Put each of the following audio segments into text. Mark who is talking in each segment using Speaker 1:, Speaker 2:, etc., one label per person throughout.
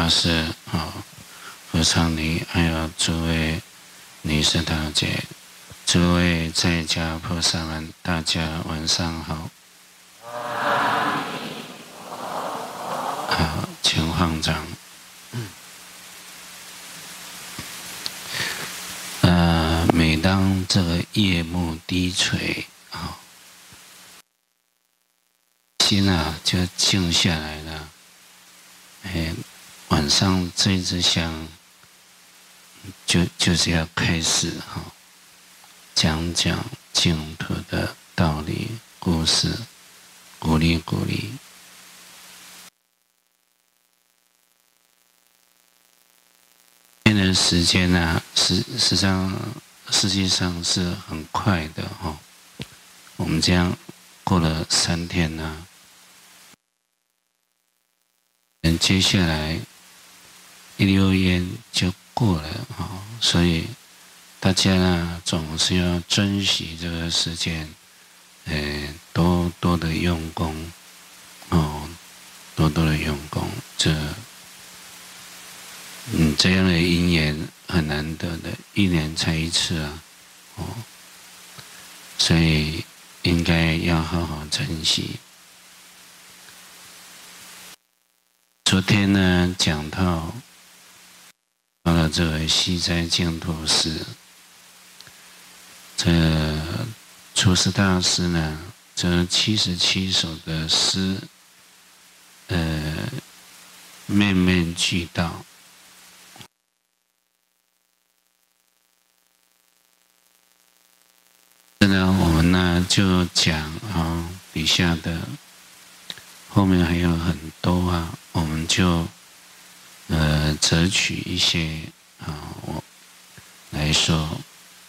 Speaker 1: 法师和尚尼，还有诸位女士大姐，诸位在家菩萨们，大家晚上好。好，请放掌。每当这个夜幕低垂，心就静下来了。晚上这一支香就是要开始讲讲净土的道理、故事，鼓励鼓励。现在的时间实际上是很快的我们这样过了3天接下来1/6烟就过了所以大家总是要珍惜这个时间，多多的用功多多的用功，这样的因缘很难得的，1年才1次所以应该要好好珍惜。昨天呢，讲到了这个西斋净土寺，这祖师大师呢，这77首的诗，面面俱到。我们就讲底下的，后面还有很多我们就择取一些我来说。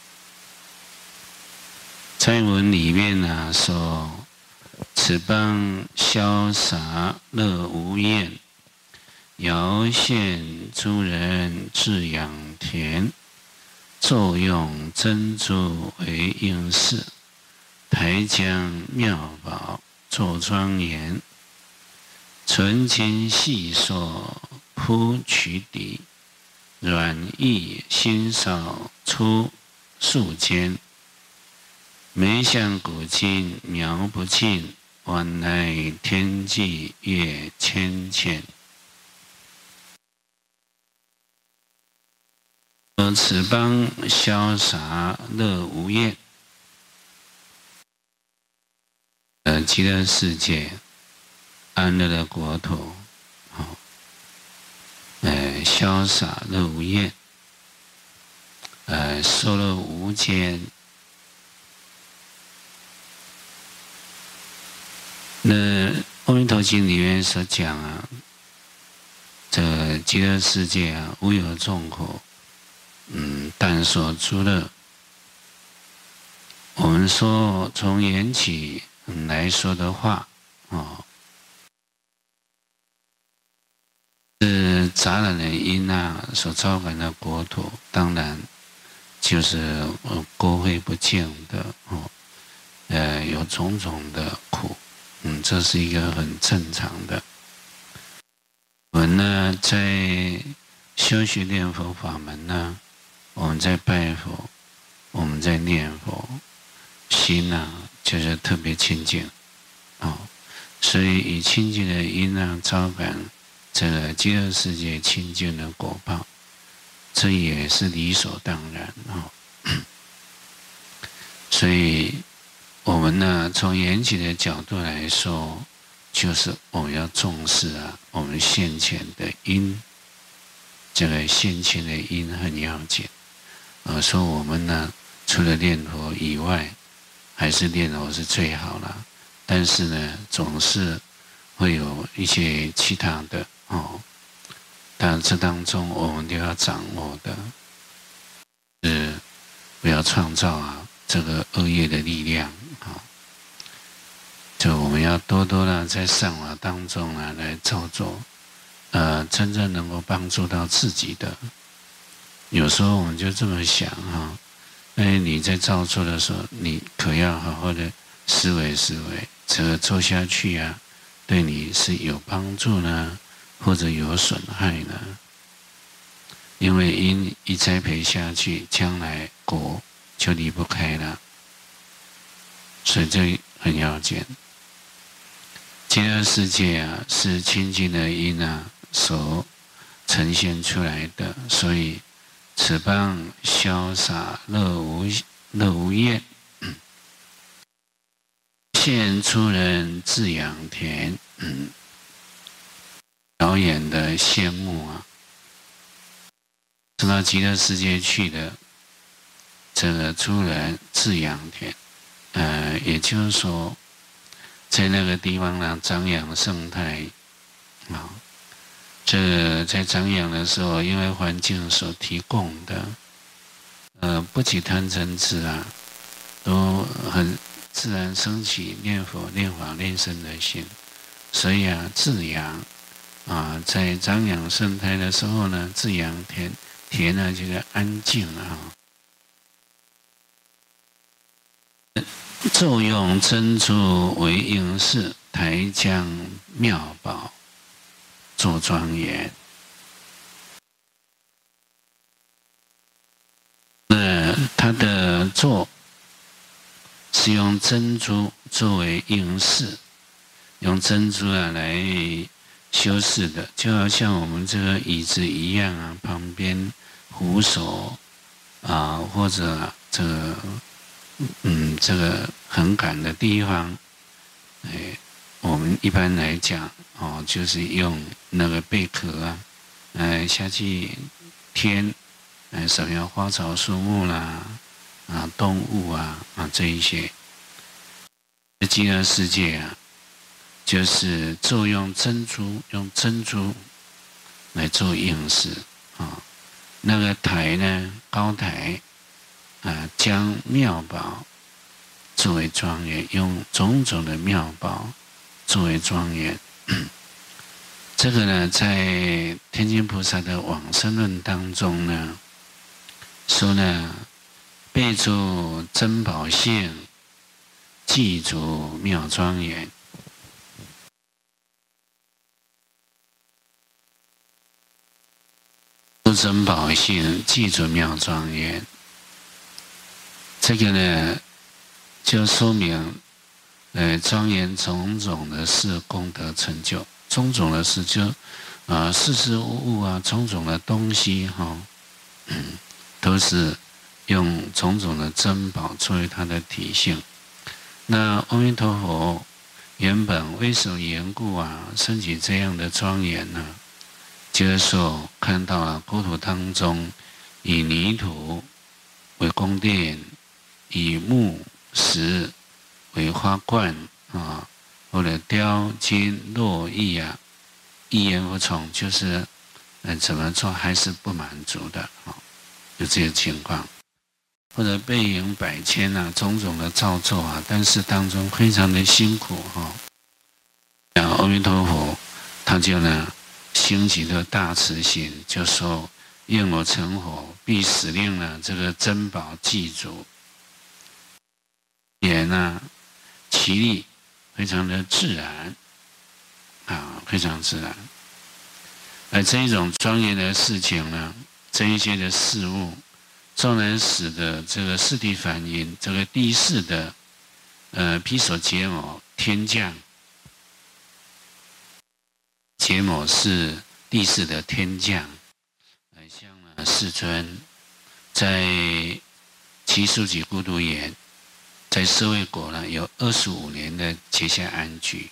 Speaker 1: 在文里面说，此邦潇洒乐无厌，遥羡诸人自养田。作用珍珠为应饰，台江妙宝作庄严。纯情细说铺曲底，软意心少出树间。梅香古今描不尽，晚来天际月千千。此邦潇洒乐无厌，极乐世界安乐的国土，潇洒乐无厌，受乐无间。那《阿弥陀经》里面所讲这极乐世界无有众苦。但所诸乐，我们说从缘起来说的话，是杂染的因所招感的国土，当然就是国会不净的有种种的苦，这是一个很正常的。我们在修学念佛法门我们在拜佛，我们在念佛，心就是特别清净所以以清净的因招感这个极乐世界清净的果报，这也是理所当然所以我们从缘起的角度来说，就是我们要重视我们现前的因，这个现前的因很要紧。说我们除了念佛以外，还是念佛是最好了。但是总是会有一些其他的但这当中我们都要掌握的是不要创造这个恶业的力量就我们要多多的在善法当中来造作，真正能够帮助到自己的。有时候我们就这么想你在造作的时候，你可要好好的思维，这个做下去对你是有帮助呢， 或者有损害呢？因为因一栽培下去，将来果就离不开了，所以这很要紧。极乐世界啊，是清净的因啊所呈现出来的，所以此邦潇洒乐无厌，现出人自养田，表演的羡慕啊，到极乐世界去的这个出人自养田，也就是说，在那个地方呢，长养生态啊。这个在长养的时候，因为环境所提供的，不起贪嗔痴啊，都很自然升起念佛、念法、念僧的心，所以啊，自养啊，在长养生态的时候呢，自养田呢这个安静啊，奏用珍珠为应饰，台将妙宝做庄严。它的座是用珍珠作为应饰，用珍珠啊来修饰的，就好像我们这个椅子一样啊，旁边扶手啊，或者这个这个横杆的地方，我们一般来讲哦，就是用那个贝壳啊，下去添什么花草树木啦，动物啊这一些。极乐世界啊，就是作用珍珠来做应饰啊。那个台呢，高台将妙宝作为庄严，用种种的妙宝作为庄严。这个呢，在天津菩萨的往生论当中呢，说呢，备注珍宝性，记住妙庄严。珍宝性，记住妙庄严。这个呢，就说明，庄严种种的事功德成就，种种的事就，事事物物啊，种种的东西哈，都是用种种的珍宝作为它的体性。那阿弥陀佛原本为什么缘故啊，升起这样的庄严呢？就是说，看到了国土当中，以泥土为宫殿，以木石为花冠啊，或者雕金络艺啊，一言不从，就是怎么做还是不满足的啊，就这些情况。或者背影百千啊，种种的造作啊，但是当中非常的辛苦哈。阿弥陀佛，他就呢兴起的大慈心，就说愿我成佛，必使令呢这个珍宝记住，也呢其力非常的自然啊，非常自然。而这一种庄严的事情呢，这一些的事物。纵然使得这个四谛梵音，这个第四的毗所羯摩天降，羯摩是第四的天降，像世尊在祇树给孤独园，在舍卫国呢有25年的结下安居，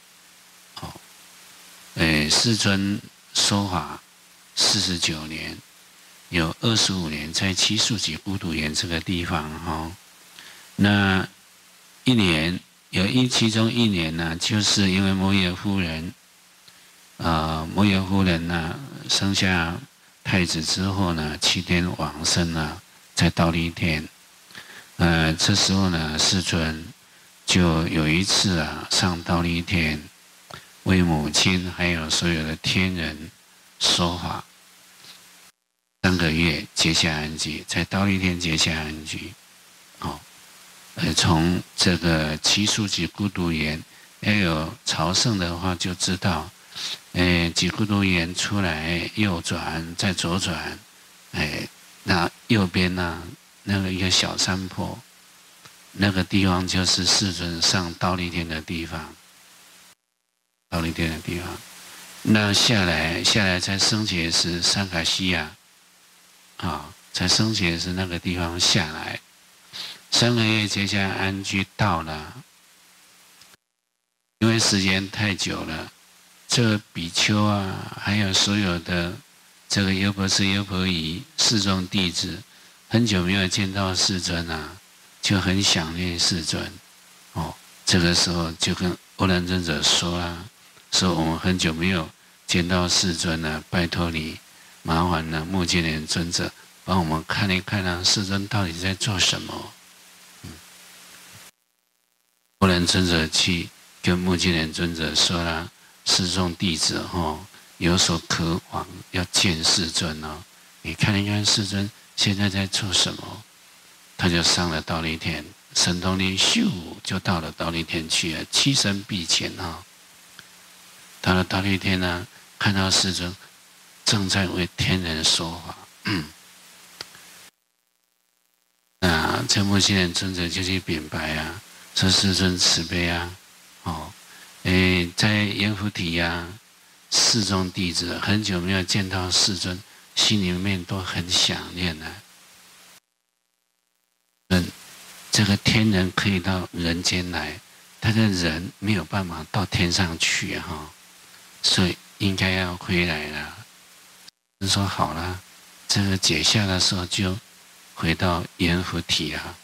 Speaker 1: 世尊说法49年。有25年在祇树给孤独园这个地方哈，那一年其中一年呢，就是因为摩耶夫人，摩耶夫人呢生下太子之后呢，7天往生了，在忉利天，这时候呢，世尊就有一次上忉利天，为母亲还有所有的天人说法。3个月结下安居，在忉利天结下安居，从这个祇树给孤独园，要有朝圣的话，就知道， 几孤独园出来，右转再左转，那右边呢，那个一个小山坡，那个地方就是世尊上忉利天的地方。忉利天的地方，那下来在僧伽时三卡西亚，在僧伽时那个地方下来，3个月结跏安居到了，因为时间太久了，这个比丘啊，还有所有的这个优婆塞、优婆夷四众弟子，很久没有见到世尊啊，就很想念世尊。这个时候就跟阿难尊者说啊，说我们很久没有见到世尊了，拜托你，麻烦了目犍连尊者帮我们看一看啊，世尊到底在做什么？阿难尊者去跟目犍连尊者说啦，四众弟子有所渴望，要见世尊哦。你看一看世尊现在在做什么？他就上了忉利天，神通力咻就到了忉利天去了，七神臂前到了忉利天呢，看到世尊正在为天人说法。那这目犍连尊者就去禀白啊，说世尊慈悲啊，在阎浮提啊，四众弟子很久没有见到世尊，心里面都很想念啊。这个天人可以到人间来，他的人没有办法到天上去所以应该要回来了。人说好了，这个解下的时候就回到阎浮提了。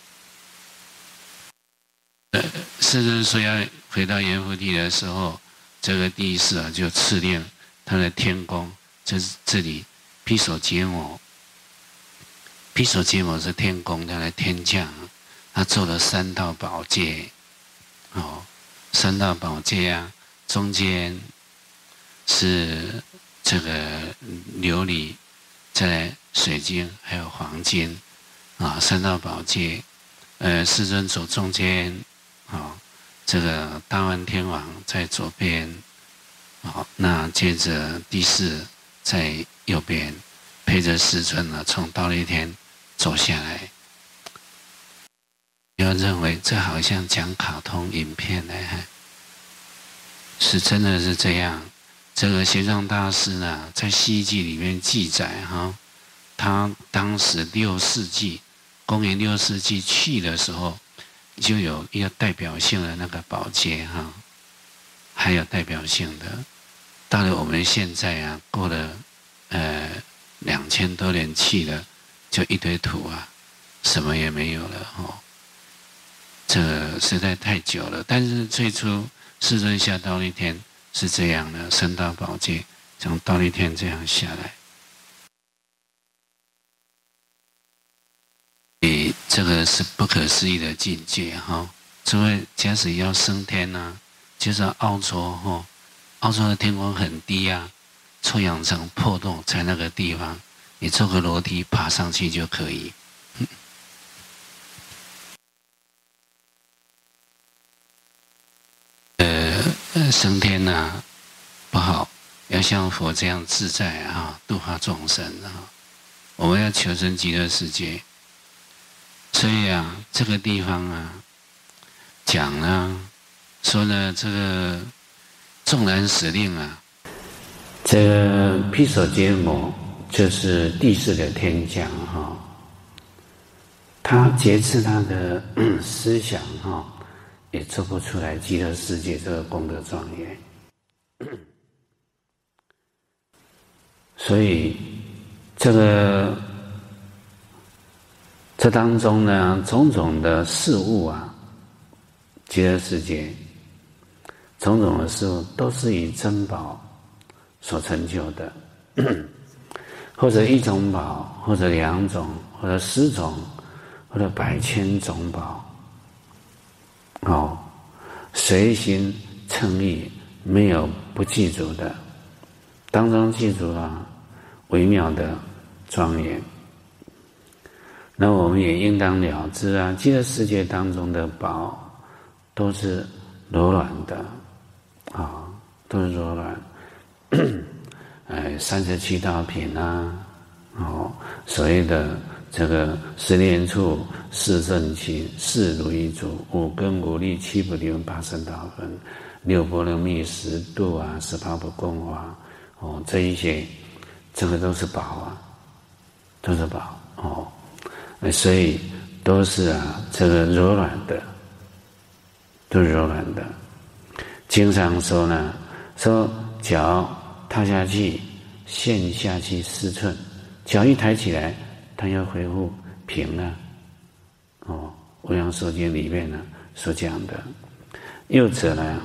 Speaker 1: 世尊说要回到阎浮提的时候，这个帝释就赐令他的天宫，就是这里毗首羯摩。毗首羯摩是天宫，他的天将，他做了3道宝戒，3道宝戒啊，中间是这个琉璃，再来水晶，还有黄金，3道宝戒。世尊走中间，这个大梵天王在左边，那接着帝释在右边，陪着世尊呢，从忉利天走下来。不要认为这好像讲卡通影片呢，是真的是这样。这个玄奘大师呢，在《西记》里面记载他当时公元6世纪去的时候，就有一个代表性的那个宝戒还有代表性的。到了我们现在啊，过了2000多年去了，就一堆土啊，什么也没有了这实在太久了。但是最初世尊下忉利天是这样的，3道宝戒从忉利天这样下来。这个是不可思议的境界诸位，假使要升天就是澳洲澳洲的天空很低啊，臭氧层破洞在那个地方，你坐个楼梯爬上去就可以。升天不好，要像佛这样自在度化众生我们要求生极乐世界。所以这个地方讲说呢，这个纵然使令这个毗首羯摩就是帝释的天将他节制他的思想也做不出来极乐世界这个功德庄严。所以这当中呢，种种的事物极乐世界种种的事物都是以珍宝所成就的，或者1种宝，或者2种，或者10种，或者100千种宝随心称意，没有不记住的，当中记住了微妙的庄严。那我们也应当了知极乐世界当中的宝都是柔软的都是柔软， 37道品啊，所谓的这个10念处、4正勤、4如意足、5根5力、7不离分、8圣道分、6波罗蜜、10度啊、18不共法，这一些，这个都是宝啊，都是宝所以都是这个柔软的，都是柔软的。经常说呢，说脚踏下去，陷下去4寸，脚一抬起来，它要恢复平了。无量寿经里面呢所讲的。又者呢，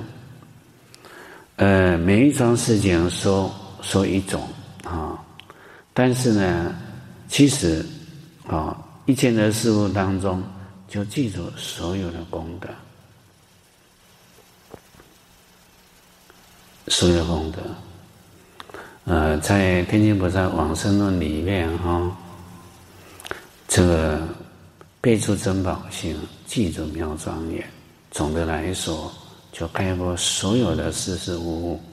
Speaker 1: 每一桩事情说一种但是呢，其实一件的事物当中，就记住所有的功德，所有的功德。在天津菩萨往生论里面这个备注珍宝性，记住妙庄严。总的来说，就概括所有的事事物物，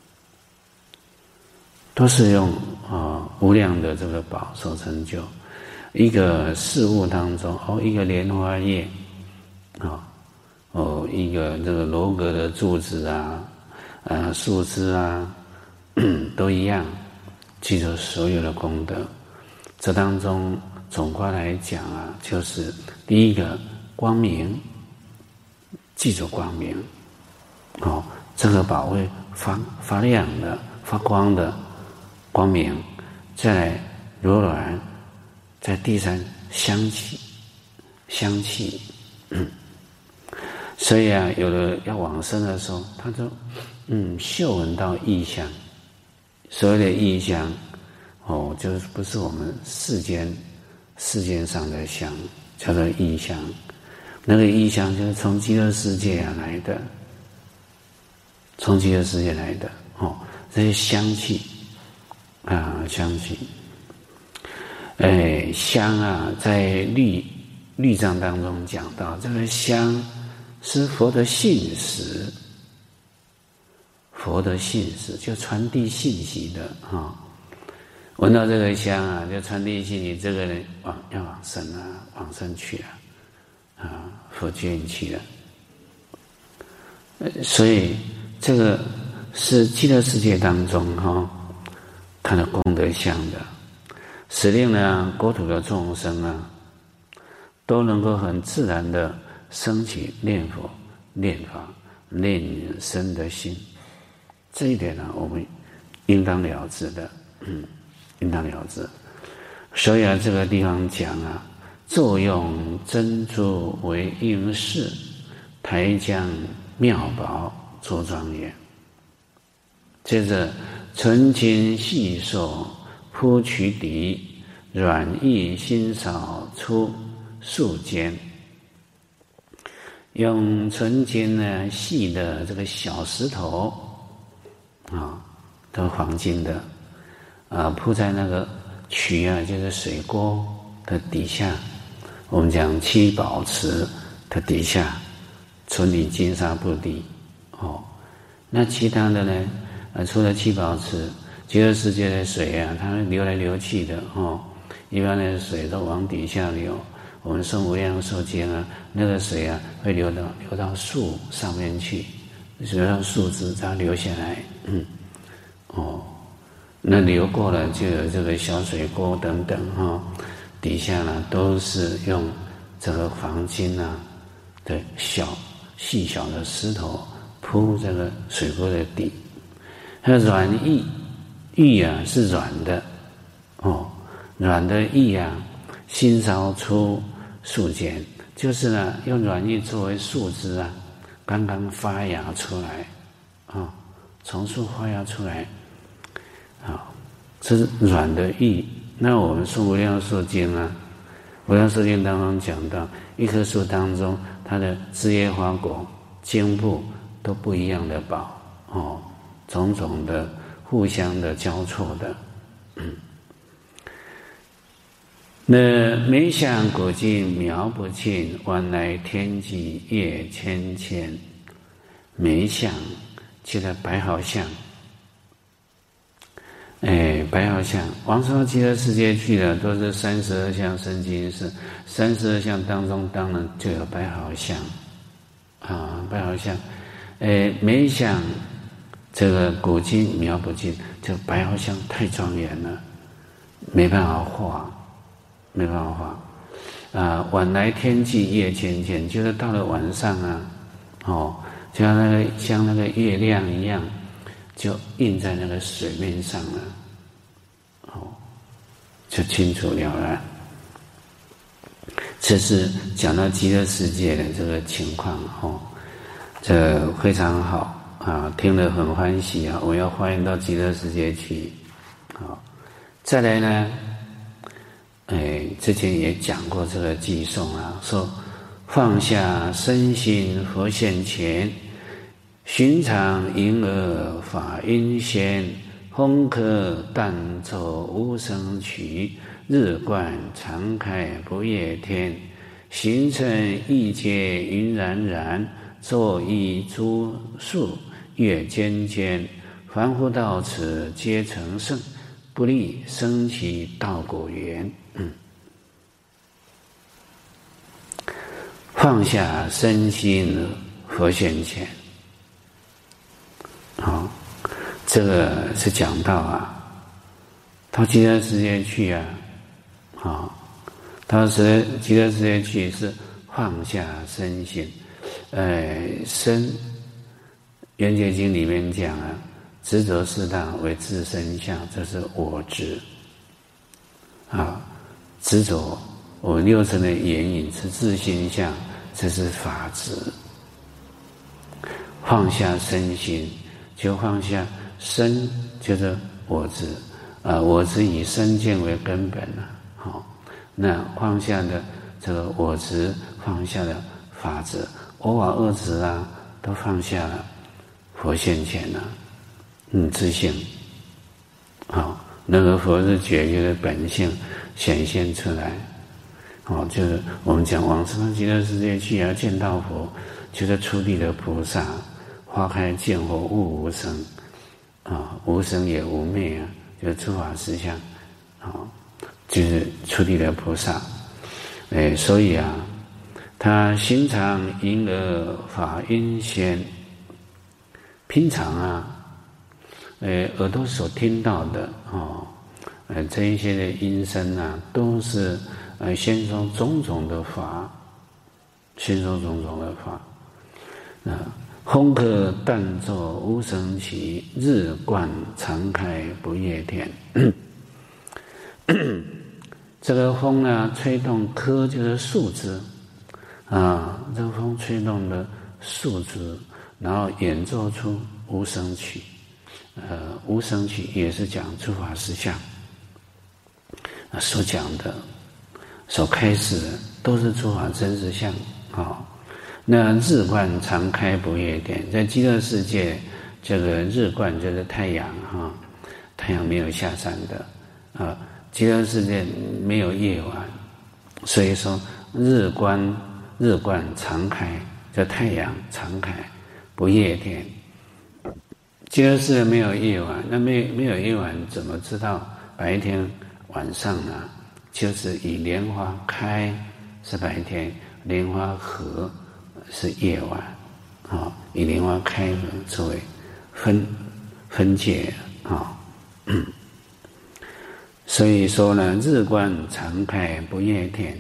Speaker 1: 都是用无量的这个宝所成就。一个事物当中，一个莲花叶一个这个楼阁的柱子树枝都一样，记住所有的功德。这当中总括来讲就是第一个光明，记住光明这个宝会发亮的、发光的光明。再来柔软，在第三香气所以有的要往生的时候，他就嗅闻到异香。所谓的异香就是不是我们世间上的香，叫做异香。那个异香就是从极乐世界来的，从极乐世界来的这些香气香气。香在律藏当中讲到，这个香是佛的信使，佛的信使就传递信息的闻到这个香就传递信息，这个人要往生往生去了佛接引去了。所以这个是极乐世界当中它的功德相的，使令呢国土的众生都能够很自然的升起念佛、念法、念身的心。这一点我们应当了知的，应当了知。所以这个地方讲作用珍珠为应饰，台将妙宝作庄严。接着纯金细受铺曲底，软意心少出树间。用纯金细的这个小石头都黄金的铺在那个曲就是水锅的底下，我们讲七宝池的底下，纯理金沙布地那其他的呢除了七宝池，极乐世界的水它会流来流去的一般的水都往底下流。我们诵无量寿经那个水会流到树上面去，流到树枝，它流下来那流过了就有这个小水沟等等底下呢都是用这个黄金的细小的石头铺这个水沟的底。还有软意，意是软的软的意心烧出树间，就是呢用软意作为树枝刚刚发芽出来从树发芽出来这是软的意。那我们诵无量寿经无量寿经当中讲到，一棵树当中它的枝叶花果茎部都不一样的宝种种的互相的交错的那每想古今描不尽，万来天际业千千。每一项就在摆好相白毫相，往生到极乐世界去的都是32相生极事，32相当中当然就有白毫相，白毫相，每一项这个古今描不尽，这个白毫相太庄严了，没办法画，没办法画，晚来天际夜渐渐，就是到了晚上啊，就像那个月亮一样。就印在那个水面上了，就清楚了然。这是讲到极乐世界的这个情况，这非常好啊，听了很欢喜啊！我要欢迎到极乐世界去，再来呢，之前也讲过这个偈颂啊，说放下身心佛现前。寻常婴儿法音仙，风客淡奏无声曲，日观常开不夜天，行程意界云冉冉，坐依诸树月间间，凡夫到此皆成圣，不立生其道果园。放下身心佛现前。这个是讲到到极乐世界去到极乐世界去是放下身心，身，圆觉经里面讲执着四大为自身相，这是我执执着我六尘的眼影是自心相，这是法执。放下身心，就放下身，就是我执，我执以身见为根本那放下的这个我执，放下了法执，我法二执都放下了，佛现前了，自性，那个佛是觉觉的本性显现出来，就是我们讲往生到极乐世界去要见到佛，就是初地的菩萨。花开见佛悟无生，无生也无灭就是诸法实相，就是初地的菩萨，所以他心常婴儿法音仙，平常耳朵所听到的这一些的音声都是先说种种的法，先说种种的法，风客淡奏无声曲，日观常开不夜天。这个风吹动柯就是树枝这个风吹动的树枝，然后演奏出无声曲。无声曲也是讲诸法实相所讲的，所开始的都是诸法真实相那日观常开不夜天，在极乐世界，这个日观就是太阳太阳没有下山的极乐世界没有夜晚，所以说日观常开，这太阳常开不夜天。极乐世界没有夜晚，那没有夜晚，怎么知道白天晚上呢？就是以莲花开是白天，莲花合是夜晚以莲花开合作为分界所以说呢，日观常开不夜天。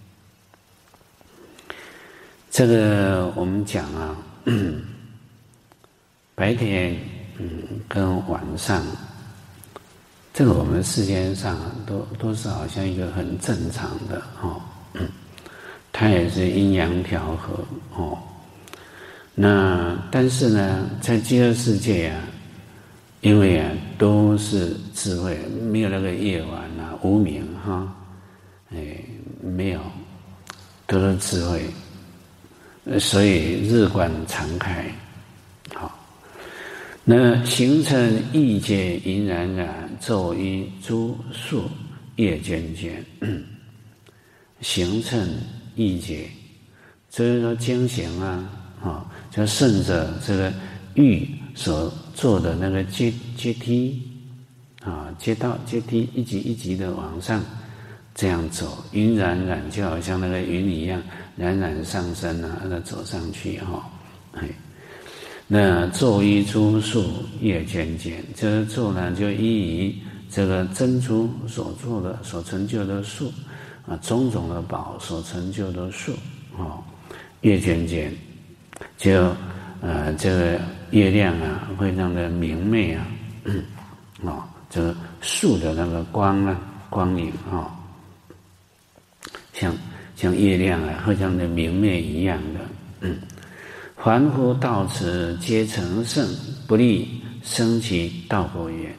Speaker 1: 这个我们讲白天跟晚上，这个我们世间上都是好像一个很正常的它也是阴阳调和那但是呢，在极乐世界因为都是智慧，没有那个夜晚无明没有，都是智慧，所以日观常开。那形成意界云冉冉，昼依诸树夜间间。形成意界，就是说经行就顺着这个欲所做的那个阶梯阶梯一级一级的往上这样走，云冉冉就好像那个云一样冉冉上升那走上去那昼依诸树，夜渐渐，这个昼呢就依于这个珍珠所做的所成就的树种种的宝所成就的树夜渐渐，就这个月亮会让它明媚这个树的那个光影像月亮会像那明媚一样的凡夫到此皆成圣，不立生其道果也。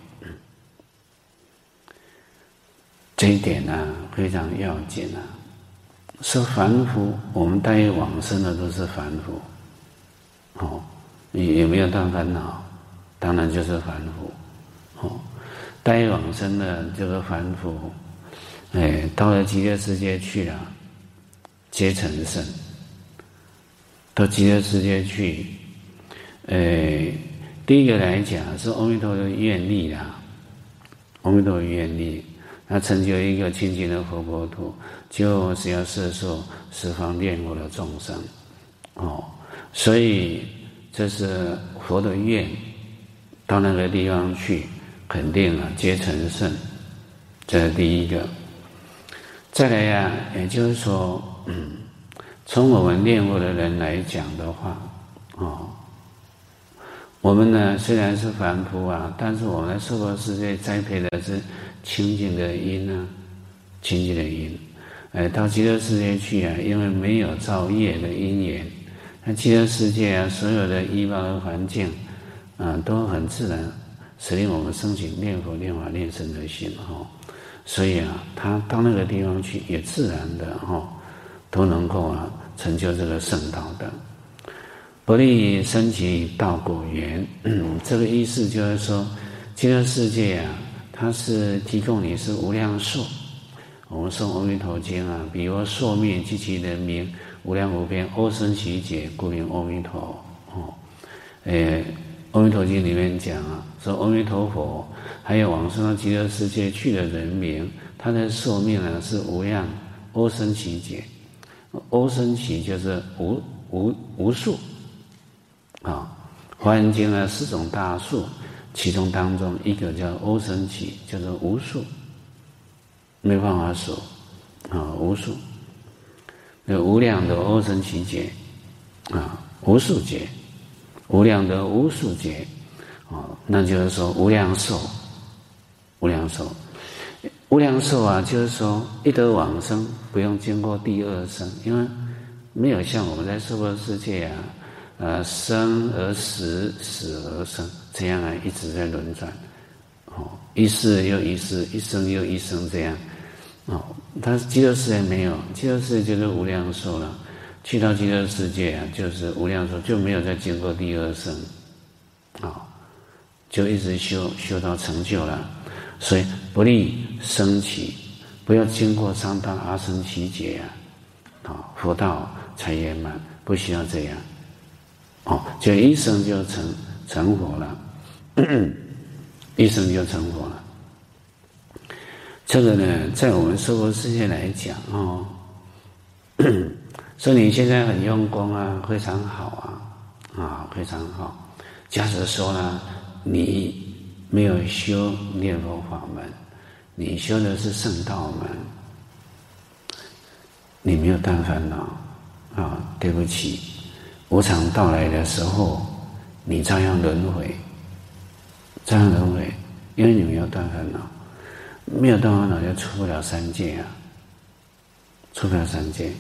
Speaker 1: 这一点非常要紧说凡夫，我们待往生的都是凡夫有没有断烦恼？当然就是凡夫待往生的这个凡夫到了极乐世界去了，皆成圣。到极乐世界去第一个来讲是阿弥陀的愿力阿弥陀的愿力，他成就一个清净的佛国土，就是要摄受十方念佛的众生所以这是佛的愿，到那个地方去肯定皆成圣，这是第一个。再来也就是说从我们念佛的人来讲的话我们呢虽然是凡夫但是我们在娑婆世界栽培的是清净的因清净的因到极乐世界去因为没有造业的因缘，那极乐世界所有的依报的环境都很自然使令我们升起念佛念法念僧的心所以他到那个地方去也自然的都能够成就这个圣道的。不立生其道果园这个意思就是说极乐世界它是提供你是无量寿。我们诵阿弥陀经比如寿命及其人名无量无边欧生其解，故名阿弥陀阿弥陀经里面讲说阿弥陀佛还有往生到极乐世界去的人名，他的寿命是无量欧生其解。欧生其就是无数华严经4种大数，其中当中一个叫欧生其，就是无数，没办法数无数。那无量的欧生其劫无数劫，无量的无数劫那就是说无量寿，无量寿。无量寿就是说一得往生不用经过第二生，因为没有像我们在娑婆世界生而死，死而生，这样一直在轮转一世又一世，一生又一生这样他极乐世界没有，极乐世界就是无量寿了，去到极乐世界就是无量寿，就没有再经过第二生就一直修到成就了。所以不立生起，不要经过3大阿僧祇劫佛道才圆满，不需要这样就一生就成佛了一生就成佛了。这个呢在我们娑婆世界来讲说你现在很用功非常好非常好。假使说呢你没有修念佛法门，你修的是圣道门，你没有断烦恼对不起，无常到来的时候你照样轮回，因为你没有断烦恼，没有断烦恼就出不了三界出不了三界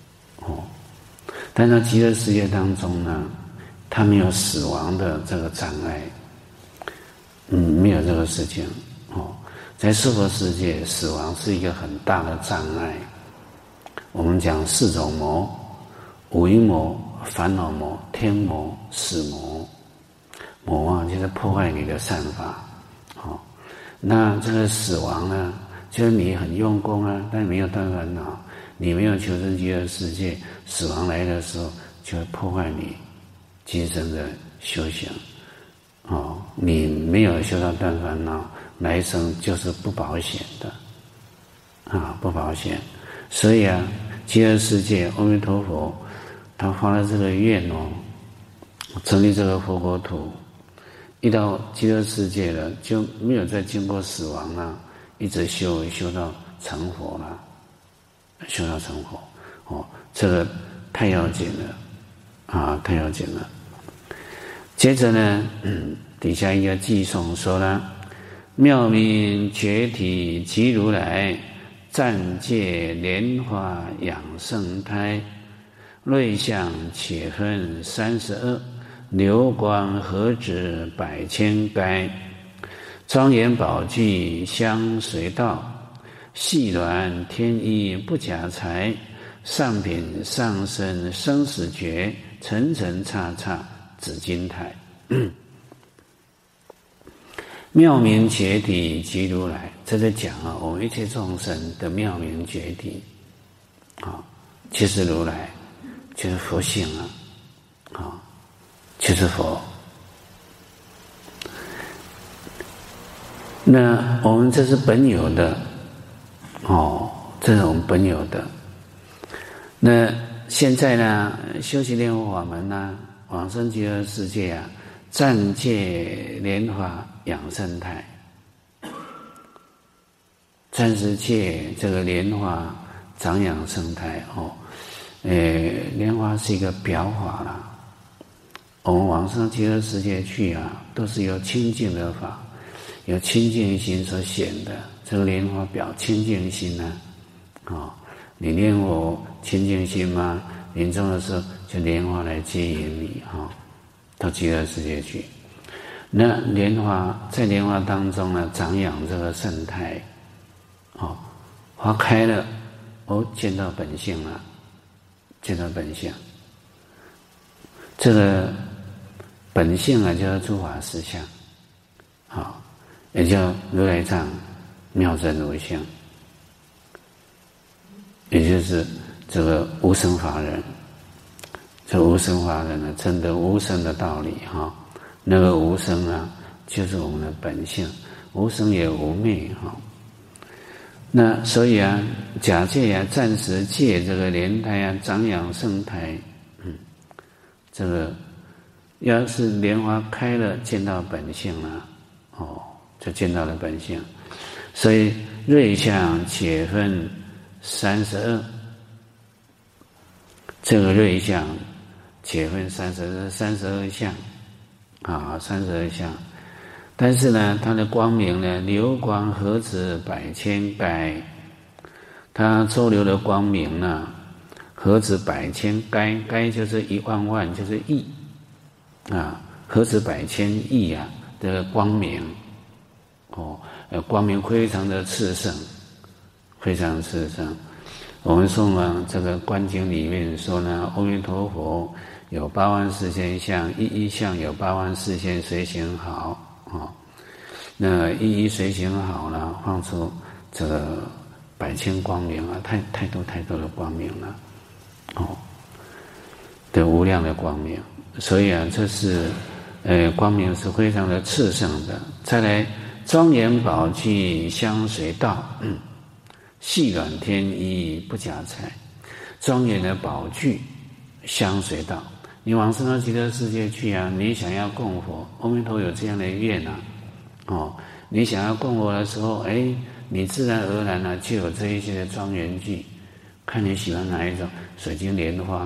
Speaker 1: 但在极乐世界当中呢，它没有死亡的这个障碍没有这个事情在娑婆世界死亡是一个很大的障碍。我们讲4种魔，五阴魔、烦恼魔、天魔、死魔。魔就是破坏你的善法那这个死亡呢，就是你很用功但没有断烦恼，你没有求生极乐世界，死亡来的时候就会破坏你今生的修行你没有修到断烦恼， 来生就是不保险的不保险。所以极乐世界阿弥陀佛他发了这个愿成立这个佛国土，一到极乐世界了就没有再经过死亡了，一直修到成佛了，修到成佛这个太要紧了太要紧了。接着呢底下一个偈颂说了，妙明觉体即如来，暂借莲花养圣胎，瑞相且分32，流光何止百千该，庄严宝具相随道，细鸾天衣不假才，上品上身生死诀，层层刹刹紫金台。妙明觉体即如来，这在讲我们一切众生的妙明觉体其实如来就是佛性就是佛。那我们这是本有的这是我们本有的。那现在呢修习莲花法门往生极乐世界暂借莲花养圣胎，暂时借这个莲花长养圣胎莲花是一个表法啦。我们往生极乐世界去都是由清净的法，由清净心所显的。这个莲花表清净心你念我清净心吗？临终的时候就莲花来接引你到极乐世界去。那莲花在莲花当中长养这个圣胎花开了见到本性了，见到本性。这个本性叫诸法实相也叫如来藏妙真如性，也就是这个无生法忍。这无生法忍真的无生的道理那个无生就是我们的本性，无生也无灭那所以假借暂时借这个莲胎长养圣胎这个要是莲花开了见到本性了就见到了本性。所以瑞相且分32，这个瑞相且分32相32相。但是呢它的光明流光何止百千该，它周流的光明何止百千该，该就是10000万，就是亿何止百千亿的光明光明非常的炽盛，非常炽盛。我们诵这个观经里面说阿弥陀佛有84000相，一相有84000随行好那一随行好放出这个百千光明太多的光明了的无量的光明。所以这是光明是非常的炽盛的。再来庄严宝具相随道，细软天衣不假才，庄严的宝具相随道。你往生到极乐世界去你想要供佛，阿弥陀有这样的愿你想要供佛的时候你自然而然就有这一些的庄严具，看你喜欢哪一种，水晶莲花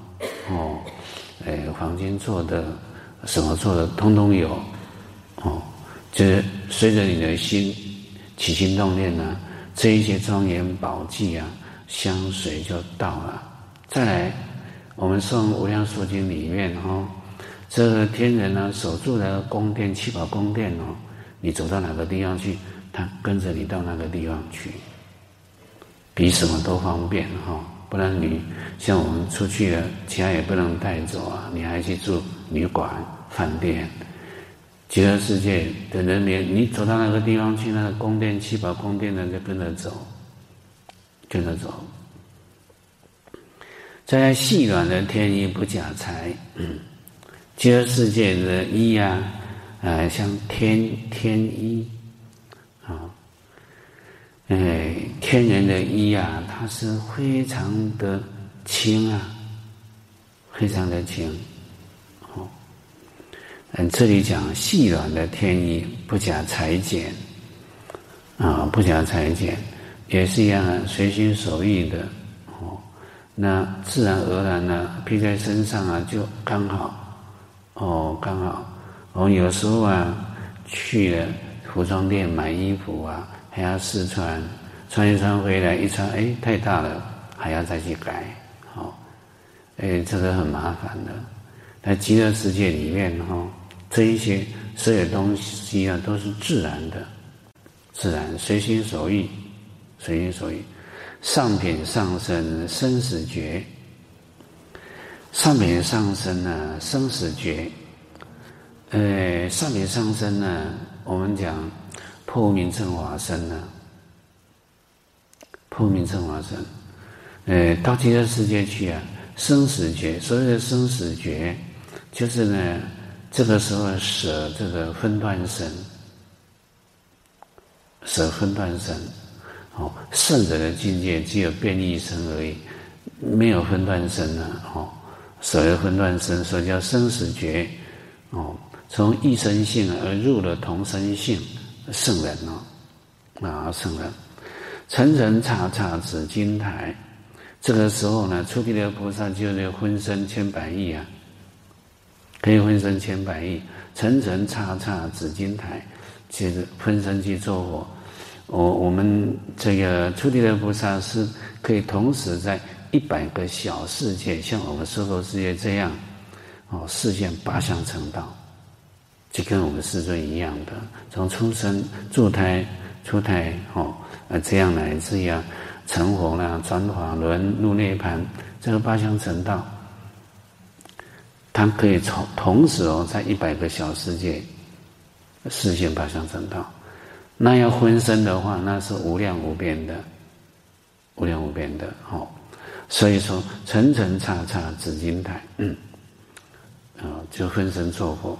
Speaker 1: 黄金做的什么做的通通有就是随着你的心起心动念这一些庄严宝具相随就到了。再来我们诵无量寿经里面这个天人守住的宫殿七宝宫殿你走到哪个地方去，他跟着你到那个地方去，比什么都方便不然你像我们出去了，其他也不能带走你还去住旅馆饭店。极乐世界的人你走到那个地方去，那个宫殿七宝宫殿就跟着走，跟着走。再来细软的天衣不假才，极乐世界的衣像天衣天人的意啊，它是非常的轻啊，非常的轻。这里讲细软的天意，不假裁剪啊，不假裁剪，也是一样的，随心所欲的那自然而然呢，披在身上啊，就刚好刚好。有时候啊，去了服装店买衣服啊，还要试穿，穿一穿回来一穿，太大了，还要再去改，这个很麻烦的。在极乐世界里面这一些所有东西啊，都是自然的，自然随心所欲，随心所欲。上品上生生死觉，上品上生呢，生死觉。上品上生呢，我们讲破明正法身呢，破明正法身。到极乐世界去啊，生死觉，所谓的生死觉，就是呢，这个时候舍这个分段身，舍分段身。圣者的境界只有变异身而已，没有分段身了。舍了分段身，所以叫生死觉。从异生性而入了同生性，圣人圣人。层层刹刹指金台，这个时候呢，出地的菩萨就是分身千百亿啊，可以分身千百亿，层层刹刹指金台，就是分身去做佛。我们这个出地的菩萨是可以同时在100个小世界，像我们娑婆世界这样，示现8相成道，就跟我们世尊一样的，从出生、住胎、出胎，这样来这样成佛啦、转法轮、入涅盘，这个8相成道，它可以同时在100个小世界示现8相成道。那要分身的话，那是无量无边的，无量无边的所以说层层刹刹指金台，就分身做佛。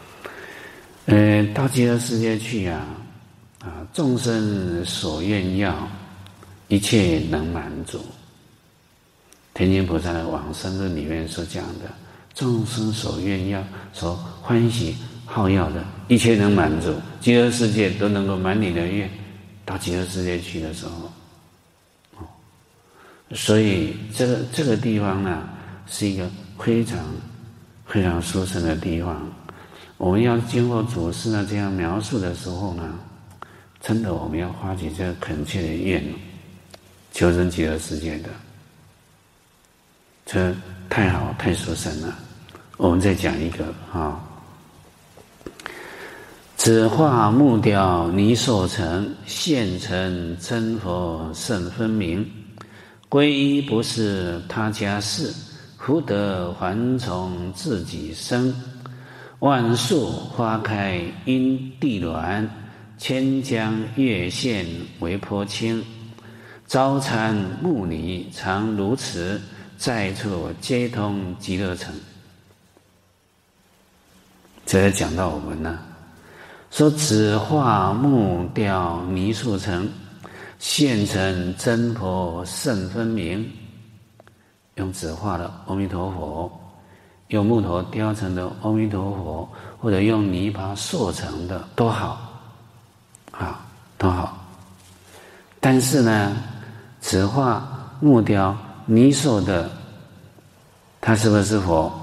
Speaker 1: 到极乐世界去众生所愿要，一切能满足。天津菩萨的往生论里面所讲的，众生所愿要，所欢喜好要的，一切能满足，极乐世界都能够满你的愿。到极乐世界去的时候，所以这个地方呢，是一个非常非常殊胜的地方。我们要经过祖师呢这样描述的时候呢，真的我们要发起这个恳切的愿，求生极乐世界的，这太好太殊胜了。我们再讲一个纸画木雕泥塑成，现成真佛甚分明。皈依不是他家事，福德还从自己生。万树花开因地暖，千江月现为坡清。朝参暮拟常如此，在处皆通极乐城。这讲到我们呢，说纸画木雕泥塑成，现成真佛甚分明。用纸画的阿弥陀佛，用木头雕成的阿弥陀佛，或者用泥巴塑成的都好都好。但是呢，纸画木雕泥塑的，它是不是佛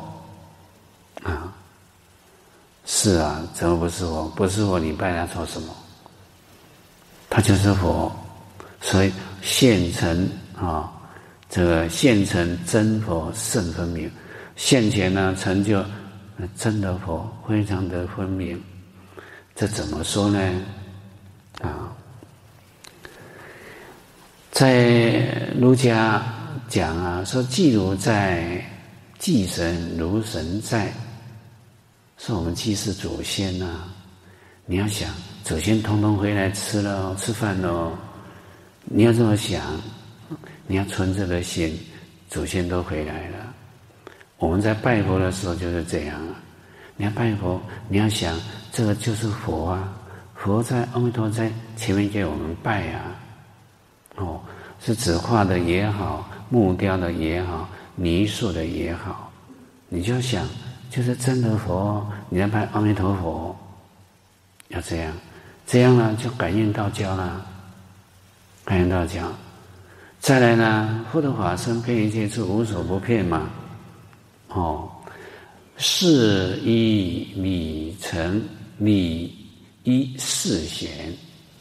Speaker 1: 是啊，怎么不是佛？不是佛，你拜他做什么？他就是佛。所以现成这个现成真佛甚分明，现前呢成就真的佛，非常的分明。这怎么说呢？在儒家讲说既如在，祭神如神在。说我们祭祀祖先你要想祖先通通回来吃饭了，你要这么想，你要存这个心，祖先都回来了。我们在拜佛的时候就是这样你要拜佛，你要想这个就是佛佛在阿弥陀在前面给我们拜是纸画的也好，木雕的也好，泥塑的也好，你就想，就是真的佛，你来拜阿弥陀佛，要这样，这样呢就感应道交了，感应道交。再来呢，佛的法身遍一切处，无所不遍嘛。是依理成理依事显，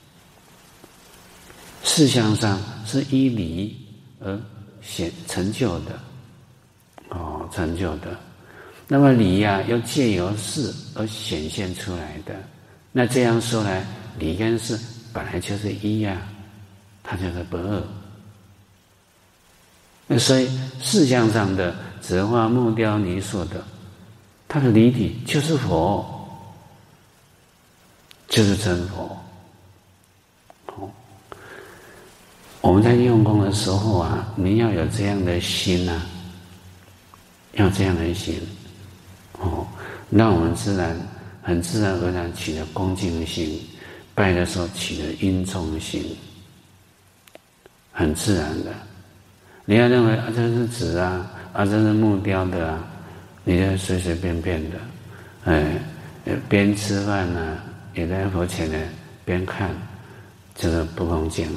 Speaker 1: 事相上是依理而成就的，成就的。那么理又借由事而显现出来的。那这样说来，理跟事本来就是一它就是不二。所以事相上的纸画木雕泥塑的，它的离体就是佛，就是真佛。我们在用功的时候你要有这样的心要这样的心，让我们很自然而然起了恭敬心，拜的时候起了殷重心，很自然的。你要认为这是纸这是木雕的你就随随便便的，边吃饭也在佛前边看，这个不恭敬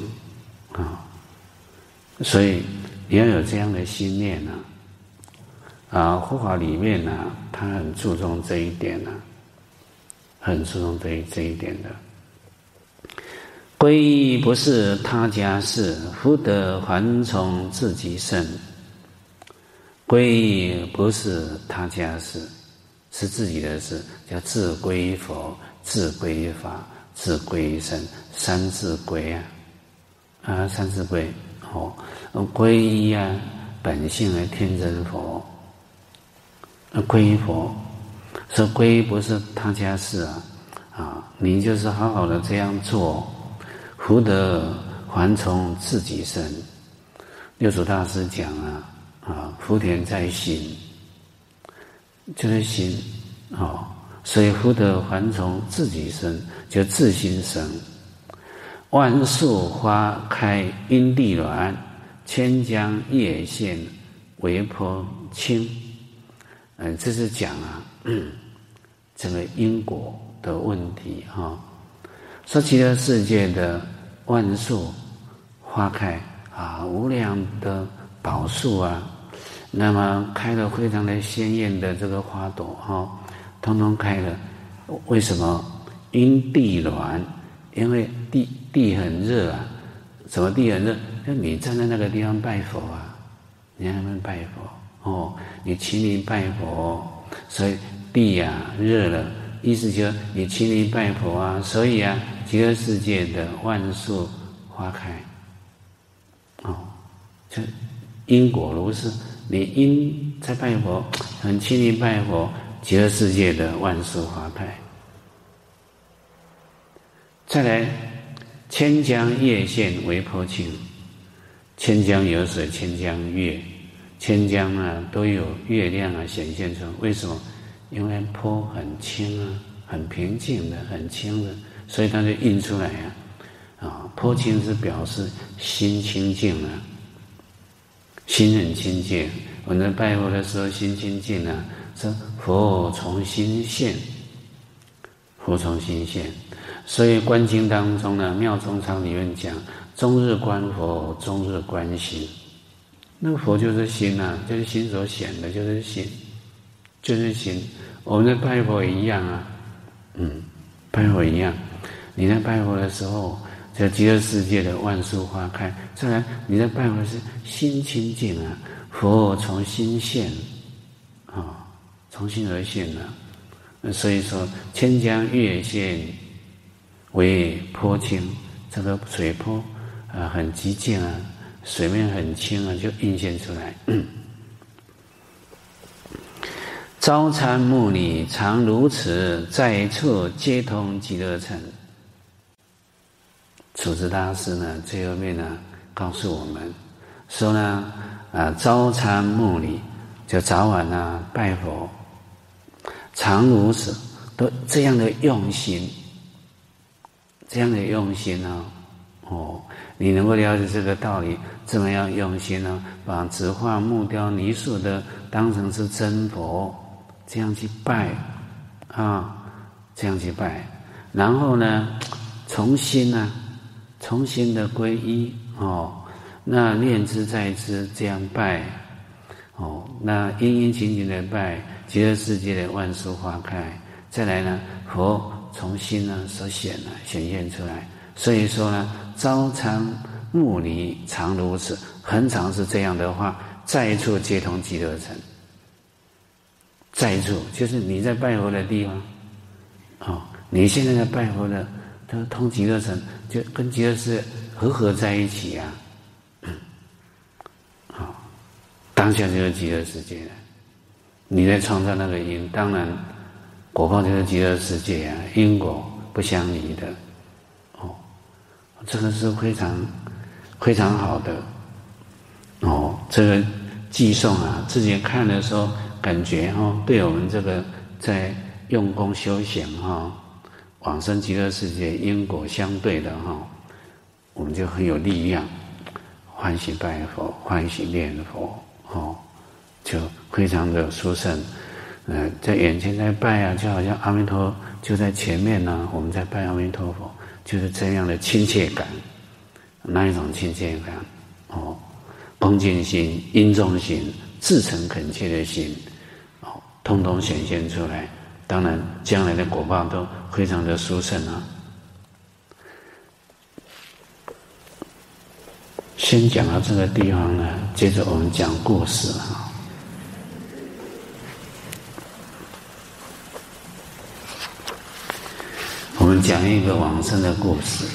Speaker 1: 所以你要有这样的心念佛法里面他很注重这一点很注重这一点的。皈依不是他家事，福德还从自己身。皈依不是他家事，是自己的事，叫自归佛、自归法、自归身，三自归三自归。皈依本性的天真佛，皈依佛，说皈依不是他家事你就是好好的这样做。福德还从自己身。六祖大师讲福田在心，就是心所以福德还从自己身，就自心生。万树花开因地卵，千江叶现为坡清。这是讲这个因果的问题说极乐世界的万树花开无量的宝树那么开了非常的鲜艳的这个花朵通通开了。为什么？因地暖，因为地很热什么地很热？就你站在那个地方拜佛你在那边拜佛你勤力拜佛，所以地热了。意思就是你勤力拜佛所以极乐世界的万树花开就因果如是。你因在拜佛，很勤力拜佛，极乐世界的万树花开。再来，千江叶现为坡清。千江有水，千江月，千江都有月亮显现出来。为什么？因为坡很清很平静的，很清的，所以它就印出来坡清是表示心清净心很清净。我们在拜佛的时候心清净是佛从心现，佛从心现。所以观经当中妙中藏里面讲，终日观佛，终日观心。那个佛就是心就是心所显的，就是心，就是心。我们在拜佛也一样拜佛一样。你在拜佛的时候，在极乐世界的万树花开。再来，你在拜佛的是心清净佛从心现从心而现所以说，千江月现为坡清，这个水坡很极静水面很清就映现出来。朝参暮礼常如此，在处皆通极乐城。楚子大师最后面告诉我们说朝参暮礼就早晚拜佛，常如此，都这样的用心，这样的用心你能够了解这个道理，怎么样用心呢？把纸画木雕泥塑的当成是真佛，这样去拜这样去拜，然后呢，重新的皈依那念之在之这样拜那殷殷勤勤的拜，极乐世界的万殊花开。再来呢，佛从心呢所显现出来。所以说呢，朝参暮离常如此，恒常是这样的话，在处皆通极乐城。在处就是你在拜佛的地方你现在在拜佛的都通极乐城，就跟极乐世界合在一起当下就是极乐世界了。你在创造那个因，当然果报就是极乐世界因果不相离的这个是非常非常好的这个寄诵自己看的时候感觉对我们这个在用功修行往生极乐世界因果相对的我们就很有力量，欢喜拜佛，欢喜念佛就非常的殊胜。在眼前在拜就好像阿弥陀就在前面我们在拜阿弥陀佛，就是这样的亲切感。那一种亲切感恭敬心、殷重心、至诚恳切的心通通显现出来。当然将来的果报都非常的殊胜先讲到这个地方呢，接着我们讲故事我们讲一个往生的故事。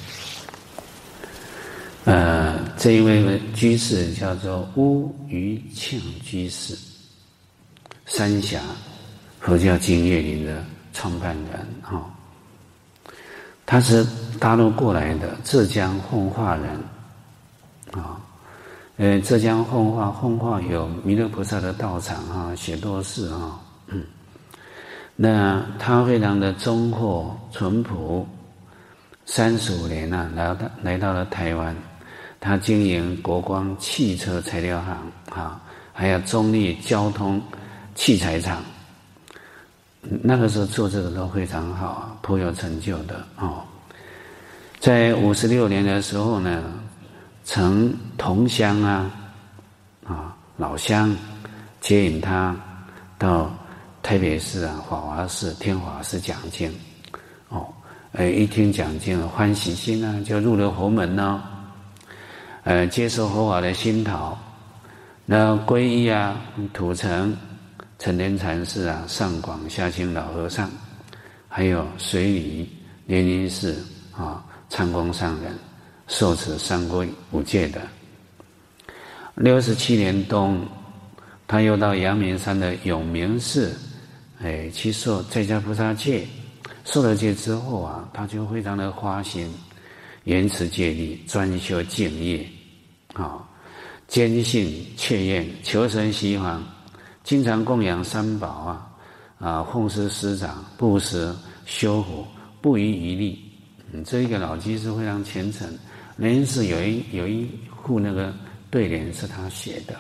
Speaker 1: 这一位居士叫做乌余庆居士，三峡佛教净月林的创办人他是大陆过来的浙江奉化人浙江奉化有弥勒菩萨的道场雪多寺那他非常的忠厚淳朴，35年来到了台湾，他经营国光汽车材料行还有中立交通器材厂。那个时候做这个都非常好颇有成就的在56年的时候呢，曾同乡老乡接引他到台北市法华寺听法师讲经一听讲经欢喜心就入了佛门接受佛法的熏陶，那皈依土城陈莲禅师上广下清老和尚，还有水里莲因寺参公上人受持三皈五戒的。67年冬，他又到阳明山的永明寺去受在家菩萨戒。受了戒之后他就非常的发心，严持戒律，专修净业坚信切愿，求神西方，经常供养三宝奉事师长，布施修福，不遗余力。这一个老居士非常虔诚，人是有一副那个对联是他写的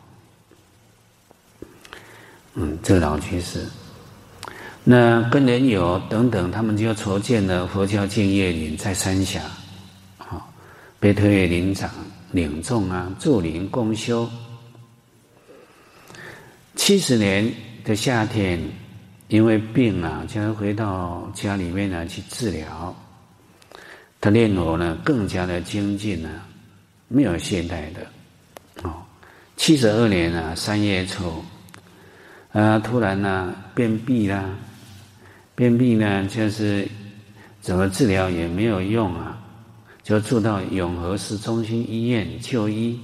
Speaker 1: 这个老居士，那跟人友等等，他们就筹建了佛教净业林在三峡被推为林长领众助林共修。70年的夏天，因为病就回到家里面去治疗。他念佛更加的精进没有懈怠的72年3月初突然便秘啦，便秘就是怎么治疗也没有用就住到永和市中心医院就医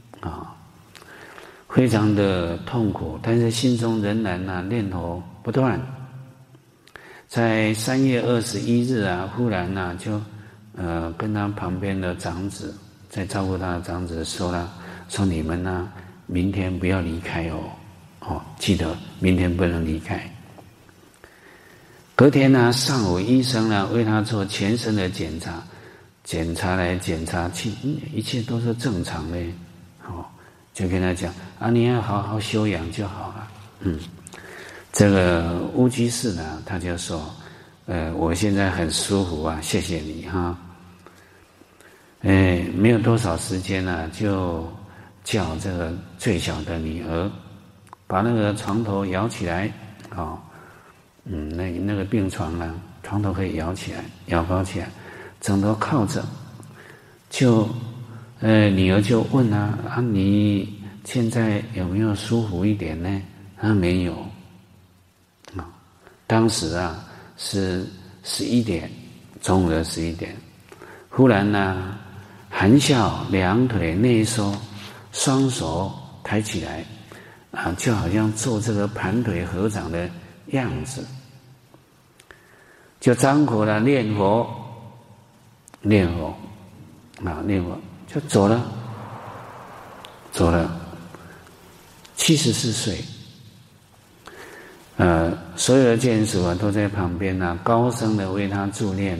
Speaker 1: 非常的痛苦，但是心中仍然念佛不断。在3月21日忽然就跟他旁边的长子，在照顾他的长子说你们明天不要离开记得明天不能离开。隔天上午医生为他做全身的检查， 检查来检查去，一切都是正常的，就跟他讲啊，你要好好修养就好了。这个乌居士呢，他就说，我现在很舒服啊，谢谢你哈。没有多少时间呢，就叫这个最小的女儿把那个床头摇起来，那个病床啊，床头可以摇起来，摇高起来，枕头靠着，就女儿就问啊，你现在有没有舒服一点呢？他没有。当时啊是11点，中午的11点，忽然呢，含笑，两腿内收，双手抬起来，就好像做这个盘腿合掌的样子，就张口了念佛，念佛就走了，74岁。所有的眷属啊都在旁边啊，高声的为他助念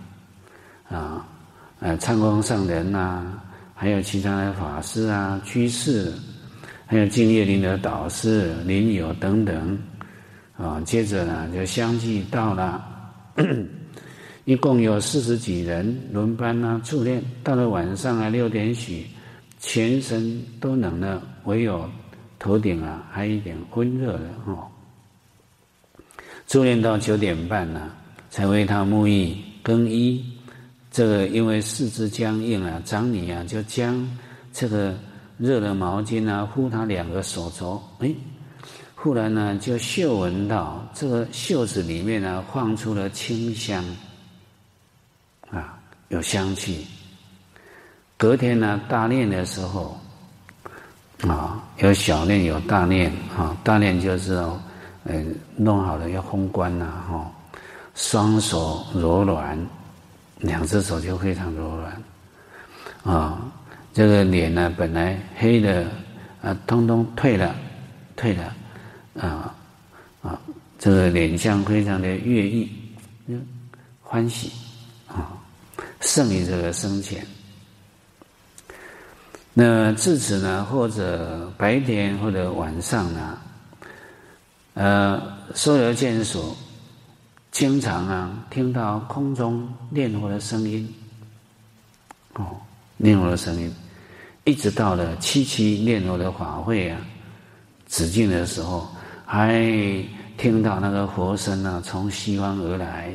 Speaker 1: 唱功上人还有其他的法师啊、居士，还有净业林的导师、林友等等接着呢就相继到了，一共有40几人轮班助念。到了晚上6点许，全身都冷了，唯有头顶还有一点温热的助念到9点半才为他沐浴更衣。这个因为四肢僵硬长女就将这个热的毛巾敷他2个手肘，忽然呢就嗅闻到这个袖子里面放出了清香有香气。隔天大念的时候有小念有大念大念就是弄好了要封棺双手柔软，2只手就非常柔软这个脸本来黑的通通退了这个脸相非常的悦意欢喜胜于这个生前。那自此呢，或者白天或者晚上所有的眷属经常听到空中念佛的声音念佛的声音，一直到了7期念佛的法会止境的时候，还听到那个佛声从西方而来，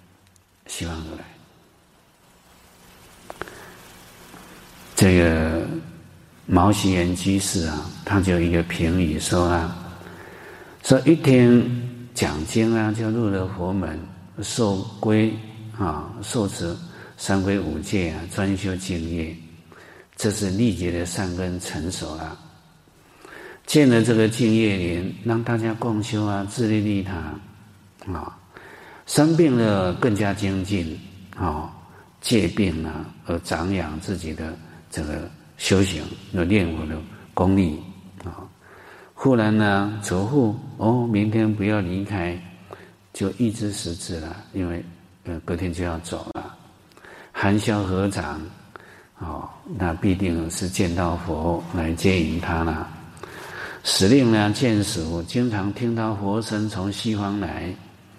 Speaker 1: 这个毛希言居士他就有一个评语说一听讲经就入了佛门，受归受持三皈五戒专修净业，这是历劫的善根成熟了。见了这个净业林，让大家共修自利利他生病了更加精进戒病而长养自己的这个修行的念佛的功力忽然嘱咐明天不要离开，就预知时至了，因为隔天就要走了。含笑合掌那必定是见到佛来接引他了。使令见属经常听到佛声从西方来，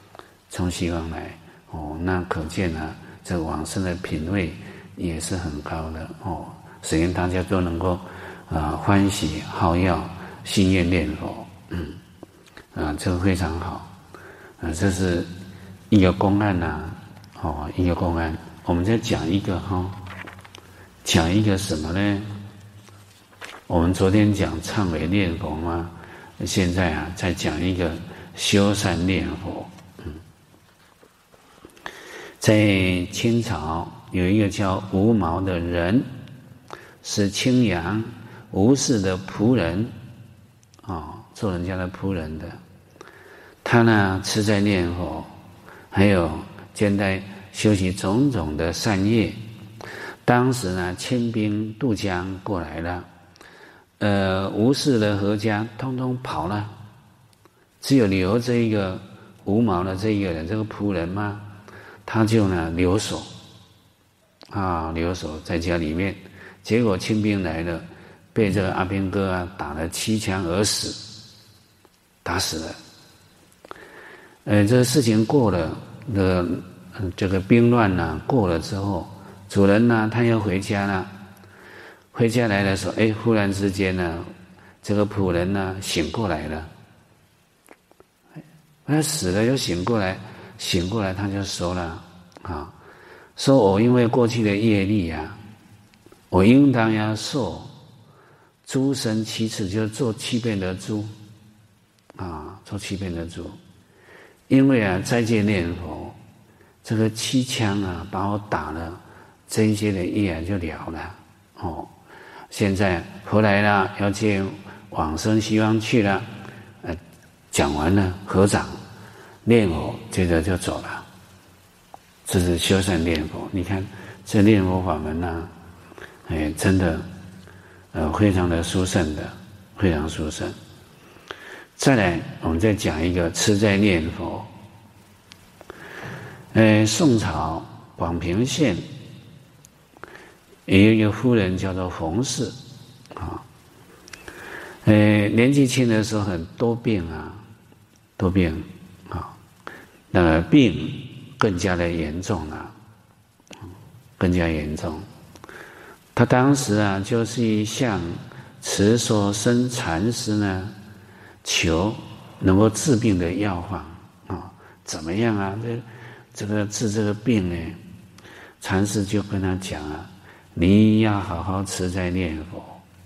Speaker 1: 那可见这往生的品位也是很高的使愿大家都能够欢喜好药心愿念佛这个非常好这是一个公案一个公案。我们再讲一个讲一个什么呢？我们昨天讲忏悔念佛嘛，现在再讲一个修善念佛。在清朝有一个叫吴毛的人，是青阳吴氏的仆人做人家的仆人的。他吃斋念佛，还有兼带修习种种的善业。当时迁兵渡江过来了，吴氏的何家通通跑了，只有留这一个吴毛的这一个人，这个仆人嘛，他就留守留守在家里面，结果清兵来了，被这个阿兵哥打了7枪而死，打死了。这个事情过了，这个兵乱过了之后，主人他要回家了，回家来的时候，忽然之间这个仆人醒过来了，他死了又醒过来，他就说了说我因为过去的业力我应当要受猪身7次，就是做7遍的猪做7遍的猪。因为在戒念佛，这个7枪把我打了，这一些的业就了了现在回来了，要见往生西方去了，讲完了合掌念佛，接着就走了。这是修善念佛。你看这念佛法门真的非常的殊胜的，非常殊胜。再来我们再讲一个吃斋念佛。宋朝广平县有一个夫人叫做冯氏年纪轻的时候很多病那个病更加的严重了，更加严重。他当时就是向持所生禅师求能够治病的药方怎么样这个治这个病呢？禅师就跟他讲你要好好持斋念佛。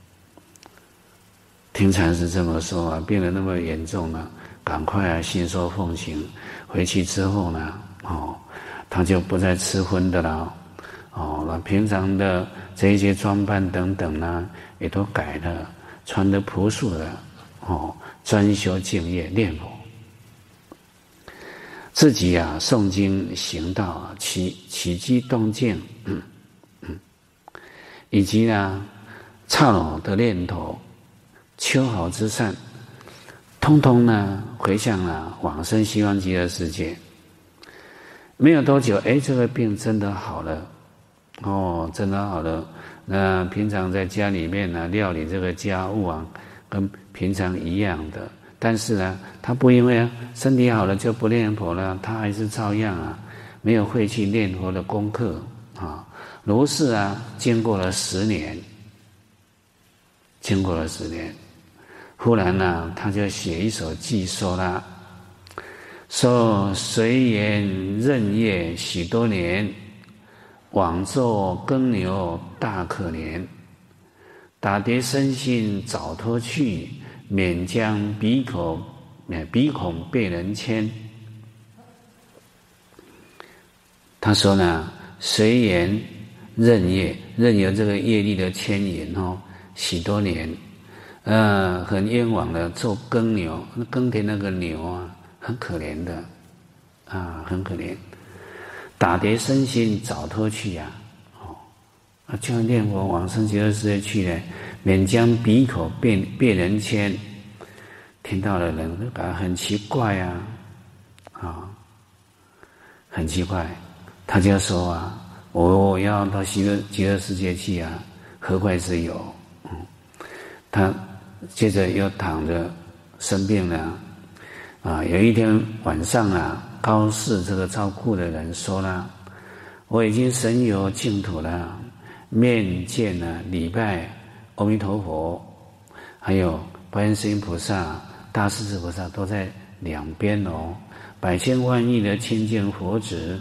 Speaker 1: 听禅师这么说病得那么严重赶快信受奉行。回去之后他就不再吃荤的了那平常的这一些装扮等等也都改了，穿得朴素的专修净业念佛，自己诵经行道起机动静以及刹那的念头秋毫之善，通通回向了往生西方极乐世界。没有多久这个病真的好了真的好了。那平常在家里面料理这个家务跟平常一样的，但是他不因为身体好了就不念佛了，他还是照样没有废弃念佛的功课如是经过了10年，忽然他就写一首偈说了，说随缘任业许多年，枉做耕牛大可怜，打跌身心早脱去，免将鼻孔被人牵。他说随缘任业，任由这个业力的牵引许多年很冤枉的做耕牛，耕田那个牛很可怜的很可怜，打跌身心早脱去就念佛往生极乐世界去了，免将鼻口被人牵。听到的人都感觉很奇怪很奇怪。他就说我要到极乐世界去何怪之有？他接着又躺着生病了有一天晚上高士这个照顾的人说了，我已经神游净土了，面见礼拜阿弥陀佛，还有观世音菩萨、大势至菩萨都在两边百千万亿的清净佛子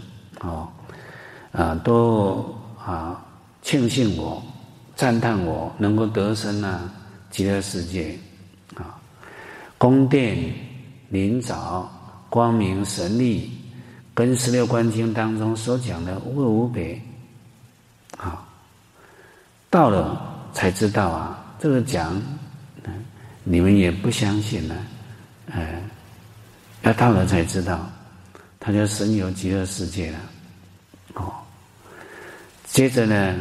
Speaker 1: 都庆幸我，赞叹我能够得生极乐世界宫殿灵沼光明神力，跟16观经当中所讲的无二无别到了才知道这个讲你们也不相信要到了才知道，他就神游极乐世界了接着呢，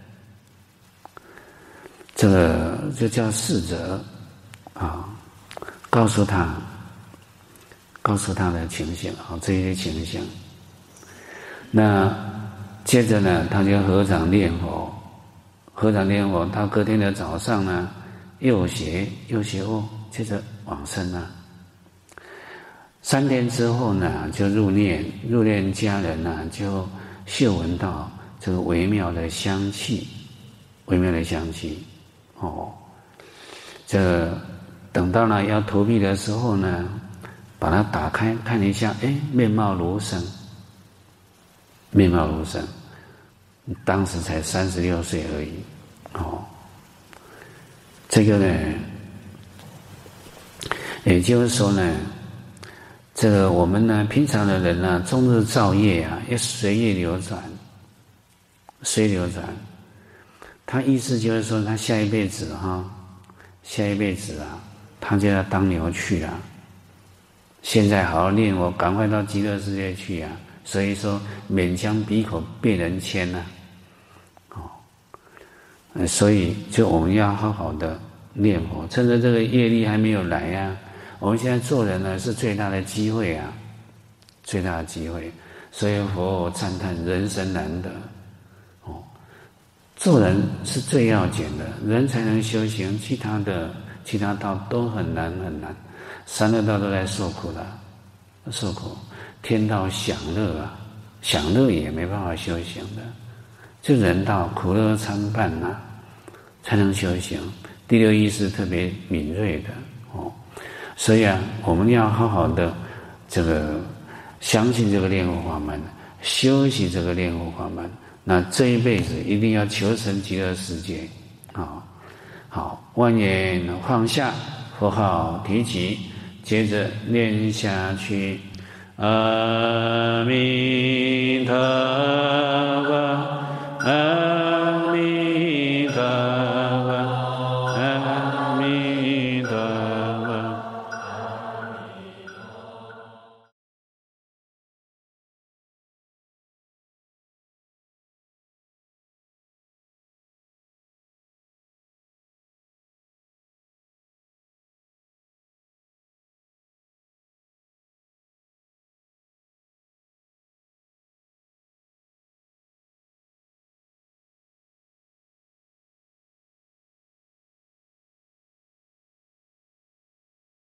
Speaker 1: 这个就叫侍者告诉他的情形这些情形。那接着呢，他就合掌念佛，合掌念佛，到隔天的早上呢，又学哦，接着往生了。3天之后呢，就入殓家人呢就嗅闻到这个微妙的香气，哦，这等到了要投币的时候呢，把它打开看一下，面貌如生，当时才36岁而已，哦，这个呢，也就是说呢，这个我们呢，平常的人呢，终日造业啊，要随业流转，他意思就是说，他下一辈子啊，他就要当牛去了。现在好好念，我赶快到极乐世界去啊！所以说，勉强闭口被人牵了，所以就我们要好好的念佛，趁着这个业力还没有来啊。我们现在做人呢，是最大的机会啊，最大的机会。所以佛赞叹人生难得，做人是最要紧的，人才能修行，其他道都很难，三恶道都在受苦了，天道享乐啊，享乐也没办法修行的，就人道苦乐参半啊，才能修行。第六意识特别敏锐的所以啊，我们要好好的这个相信这个炼佛法门，修习这个炼佛法门，那这一辈子一定要求成极乐世界好，万言放下，佛号提起，接着念下去。阿弥陀佛，阿